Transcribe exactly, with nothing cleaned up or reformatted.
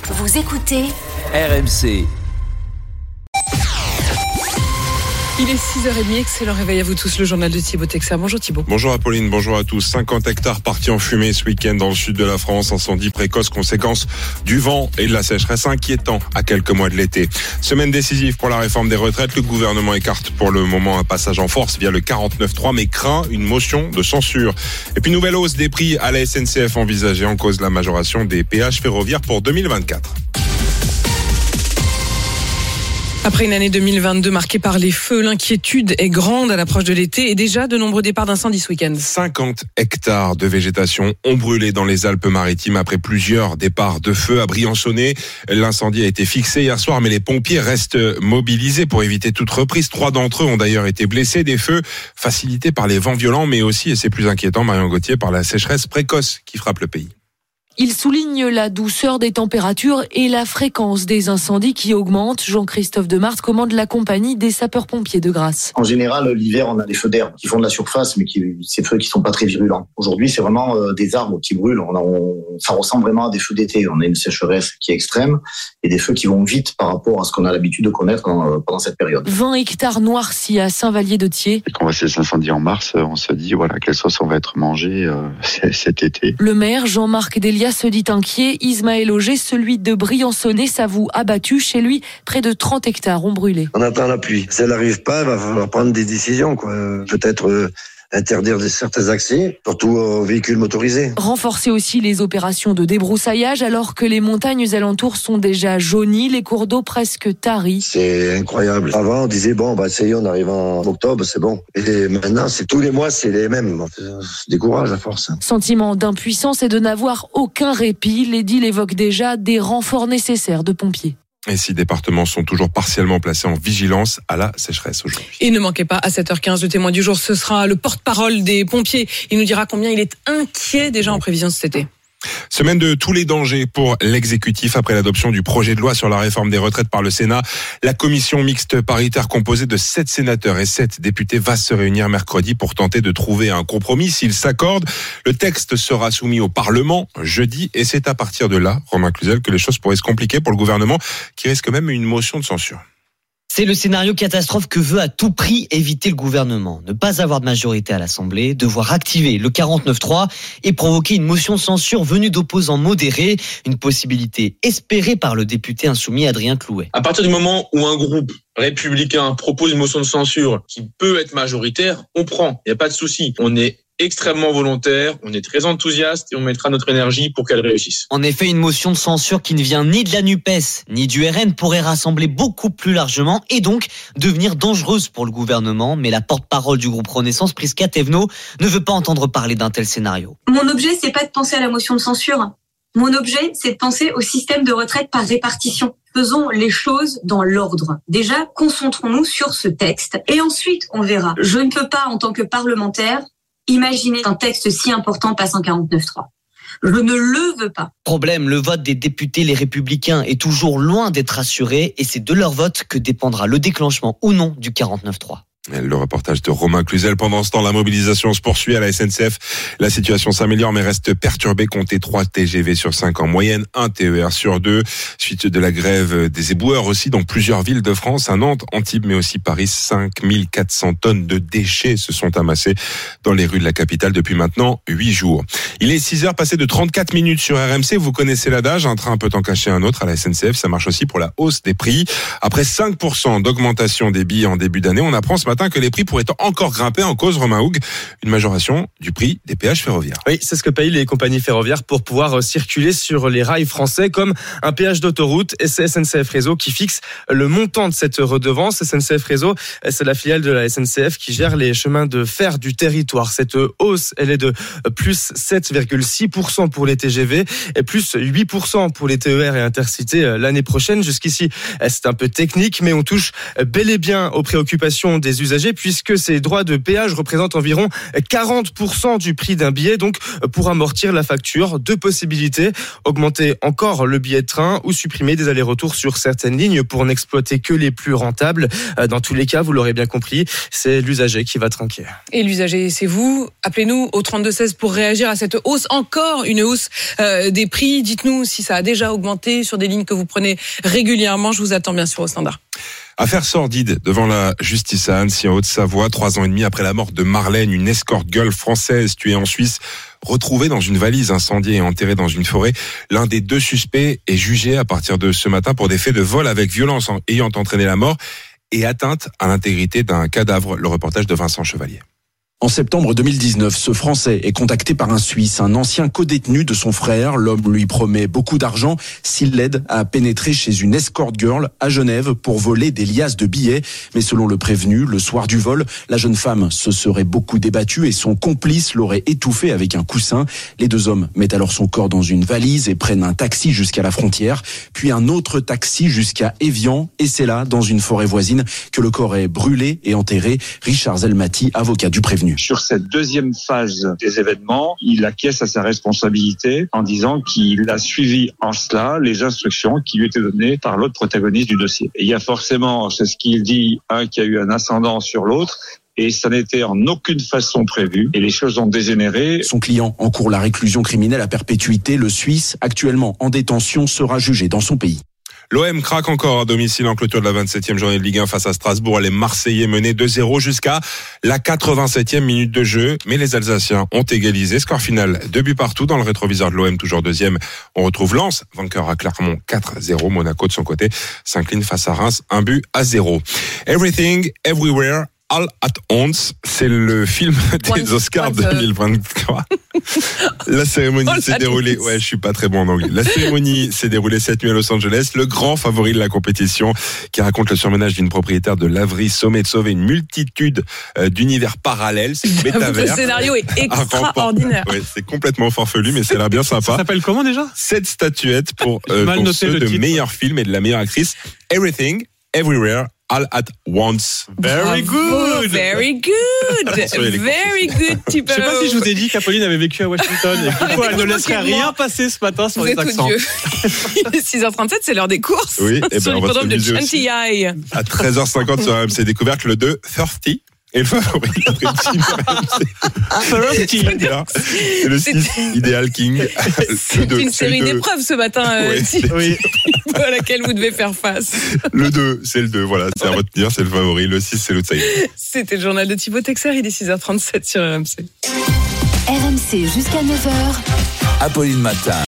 Vous écoutez R M C. Il est six heures trente, excellent réveil à vous tous, le journal de Thibaut Texer. Bonjour Thibaut. Bonjour Apolline, bonjour à tous. cinquante hectares partis en fumée ce week-end dans le sud de la France. Incendie précoce, conséquence du vent et de la sécheresse inquiétant à quelques mois de l'été. Semaine décisive pour la réforme des retraites. Le gouvernement écarte pour le moment un passage en force via le quarante-neuf trois, mais craint une motion de censure. Et puis nouvelle hausse des prix à la S N C F envisagée en cause de la majoration des péages ferroviaires pour deux mille vingt-quatre. Après une année deux mille vingt-deux marquée par les feux, l'inquiétude est grande à l'approche de l'été et déjà de nombreux départs d'incendie ce week-end. cinquante hectares de végétation ont brûlé dans les Alpes-Maritimes après plusieurs départs de feu à Briançonnet. L'incendie a été fixé hier soir, mais les pompiers restent mobilisés pour éviter toute reprise. Trois d'entre eux ont d'ailleurs été blessés. Des feux facilités par les vents violents, mais aussi, et c'est plus inquiétant, Marion Gauthier, par la sécheresse précoce qui frappe le pays. Il souligne la douceur des températures et la fréquence des incendies qui augmentent. Jean-Christophe Demart commande la compagnie des sapeurs-pompiers de Grasse. En général, l'hiver, on a des feux d'herbe qui font de la surface, mais qui, ces feux qui sont pas très virulents. Aujourd'hui, c'est vraiment euh, des arbres qui brûlent. On a, on, ça ressemble vraiment à des feux d'été. On a une sécheresse qui est extrême et des feux qui vont vite par rapport à ce qu'on a l'habitude de connaître euh, pendant cette période. vingt hectares noircis à Saint-Vallier-de-Thiers. Et quand on voit ces incendies en mars, on se dit, voilà, quelle sauce on va être mangé euh, cet été. Le maire, Jean-Marc Delia, se dit inquiet. Ismaël Auger, celui de Briançonnet, s'avoue abattu. Chez lui, près de trente hectares ont brûlé. On attend la pluie. Si elle n'arrive pas, il va falloir prendre des décisions, quoi. Peut-être euh, interdire certains accès, surtout aux véhicules motorisés. Renforcer aussi les opérations de débroussaillage alors que les montagnes alentours sont déjà jaunies, les cours d'eau presque taris. C'est incroyable. Avant, on disait, bon, bah, ça y est, on arrive en octobre, c'est bon. Et maintenant, c'est tous les mois, c'est les mêmes. On se décourage à force. Sentiment d'impuissance et de n'avoir aucun répit. L'édile évoque déjà des renforts nécessaires de pompiers. Et six départements sont toujours partiellement placés en vigilance à la sécheresse aujourd'hui. Et ne manquez pas, à sept heures quinze, le témoin du jour, ce sera le porte-parole des pompiers. Il nous dira combien il est inquiet déjà en prévision de cet été. Semaine de tous les dangers pour l'exécutif après l'adoption du projet de loi sur la réforme des retraites par le Sénat. La commission mixte paritaire composée de sept sénateurs et sept députés va se réunir mercredi pour tenter de trouver un compromis. S'ils s'accordent, le texte sera soumis au Parlement jeudi et c'est à partir de là, Romain Cluzel, que les choses pourraient se compliquer pour le gouvernement qui risque même une motion de censure. C'est le scénario catastrophe que veut à tout prix éviter le gouvernement. Ne pas avoir de majorité à l'Assemblée, devoir activer le quarante-neuf trois et provoquer une motion de censure venue d'opposants modérés, une possibilité espérée par le député insoumis Adrien Clouet. À partir du moment où un groupe républicain propose une motion de censure qui peut être majoritaire, on prend, il n'y a pas de souci. On est extrêmement volontaire, on est très enthousiaste et on mettra notre énergie pour qu'elle réussisse. En effet, une motion de censure qui ne vient ni de la NUPES ni du R N pourrait rassembler beaucoup plus largement et donc devenir dangereuse pour le gouvernement. Mais la porte-parole du groupe Renaissance, Prisca Thévenot, ne veut pas entendre parler d'un tel scénario. Mon objet, c'est pas de penser à la motion de censure. Mon objet, c'est de penser au système de retraite par répartition. Faisons les choses dans l'ordre. Déjà, concentrons-nous sur ce texte et ensuite, on verra. Je ne peux pas, en tant que parlementaire, imaginer qu'un texte si important passe en quarante-neuf trois. Je ne le veux pas. Problème, le vote des députés les Républicains est toujours loin d'être assuré et c'est de leur vote que dépendra le déclenchement ou non du quarante-neuf trois. Le reportage de Romain Cluzel. Pendant ce temps, la mobilisation se poursuit à la S N C F. La situation s'améliore mais reste perturbée. Comptez trois T G V sur cinq en moyenne, un T E R sur deux. Suite de la grève des éboueurs aussi dans plusieurs villes de France, à Nantes, Antibes mais aussi Paris. cinq mille quatre cents tonnes de déchets se sont amassés dans les rues de la capitale depuis maintenant huit jours. Il est six heures passées de trente-quatre minutes sur R M C. Vous connaissez l'adage, un train peut en cacher un autre à la S N C F. Ça marche aussi pour la hausse des prix. Après cinq pour cent d'augmentation des billets en début d'année, on apprend ce matin que les prix pourraient encore grimper en cause, Romain Houg, une majoration du prix des péages ferroviaires. Oui, c'est ce que payent les compagnies ferroviaires pour pouvoir circuler sur les rails français, comme un péage d'autoroute. Et c'est S N C F Réseau qui fixe le montant de cette redevance. S N C F Réseau, c'est la filiale de la S N C F qui gère les chemins de fer du territoire. Cette hausse, elle est de plus sept virgule six pour cent pour les T G V et plus huit pour cent pour les T E R et Intercités l'année prochaine. Jusqu'ici, c'est un peu technique, mais on touche bel et bien aux préoccupations des usagers puisque ces droits de péage représentent environ quarante pour cent du prix d'un billet. Donc, pour amortir la facture, deux possibilités. Augmenter encore le billet de train ou supprimer des allers-retours sur certaines lignes pour n'exploiter que les plus rentables. Dans tous les cas, vous l'aurez bien compris, c'est l'usager qui va trinquer. Et l'usager, c'est vous. Appelez-nous au trente-deux seize pour réagir à cette hausse. Encore une hausse euh, des prix. Dites-nous si ça a déjà augmenté sur des lignes que vous prenez régulièrement. Je vous attends bien sûr au standard. Affaire sordide devant la justice à Annecy en Haute-Savoie, trois ans et demi après la mort de Marlène, une escort girl française tuée en Suisse, retrouvée dans une valise incendiée et enterrée dans une forêt. L'un des deux suspects est jugé à partir de ce matin pour des faits de vol avec violence ayant entraîné la mort et atteinte à l'intégrité d'un cadavre. Le reportage de Vincent Chevalier. En septembre deux mille dix-neuf, ce Français est contacté par un Suisse, un ancien codétenu de son frère. L'homme lui promet beaucoup d'argent s'il l'aide à pénétrer chez une escort girl à Genève pour voler des liasses de billets. Mais selon le prévenu, le soir du vol, la jeune femme se serait beaucoup débattue et son complice l'aurait étouffée avec un coussin. Les deux hommes mettent alors son corps dans une valise et prennent un taxi jusqu'à la frontière, puis un autre taxi jusqu'à Évian. Et c'est là, dans une forêt voisine, que le corps est brûlé et enterré. Richard Zelmati, avocat du prévenu. Sur cette deuxième phase des événements, il acquiesce à sa responsabilité en disant qu'il a suivi en cela les instructions qui lui étaient données par l'autre protagoniste du dossier. Et il y a forcément, c'est ce qu'il dit, un qui a eu un ascendant sur l'autre. Et ça n'était en aucune façon prévu. Et les choses ont dégénéré. Son client encourt la réclusion criminelle à perpétuité. Le Suisse, actuellement en détention, sera jugé dans son pays. L'O M craque encore à domicile en clôture de la vingt-septième journée de Ligue un face à Strasbourg. Les Marseillais menaient deux zéro jusqu'à la quatre-vingt-septième minute de jeu. Mais les Alsaciens ont égalisé. Score final, deux buts partout dans le rétroviseur de l'O M, toujours deuxième. On retrouve Lens, vainqueur à Clermont quatre zéro. Monaco, de son côté, s'incline face à Reims, un but à zéro. Everything, Everywhere, All at Once, c'est le film des Once, Oscars Once, deux mille vingt-trois. La cérémonie oh, s'est déroulée. Ouais, je suis pas très bon en anglais. La cérémonie s'est déroulée cette nuit à Los Angeles. Le grand favori de la compétition, qui raconte le surmenage d'une propriétaire de laverie, sommet de sauver une multitude euh, d'univers parallèles. C'est le métavers. Le scénario est extraordinaire. Ouais, c'est complètement farfelu, mais c'est l'air bien sympa. Ça s'appelle comment déjà? Sept statuettes pour, euh, pour ceux de meilleur film et de la meilleure actrice. Everything, Everywhere, All at Once. Very good. Very good. Very good, Thibaut. Je sais pas si je vous ai dit qu'Apolline avait vécu à Washington. Et du coup, elle ne laisserait rien passer ce matin sur les accents. Il est six heures trtrente-sept, c'est l'heure des courses. Oui, et sur ben, on va se de Chantilly. À treize heures cinquante sur R M C Découverte, le deux, trente. Et le favori, c'est le six, Ideal King. C'est une série d'épreuves ce matin, euh, oui, à laquelle vous devez faire face. Le deux, c'est le deux, voilà, c'est à retenir, c'est le favori. Le six, c'est l'outsider. C'était le journal de Thibaut Texer, il est six heures trente-sept sur R M C. R M C jusqu'à neuf heures. Apolline Matin.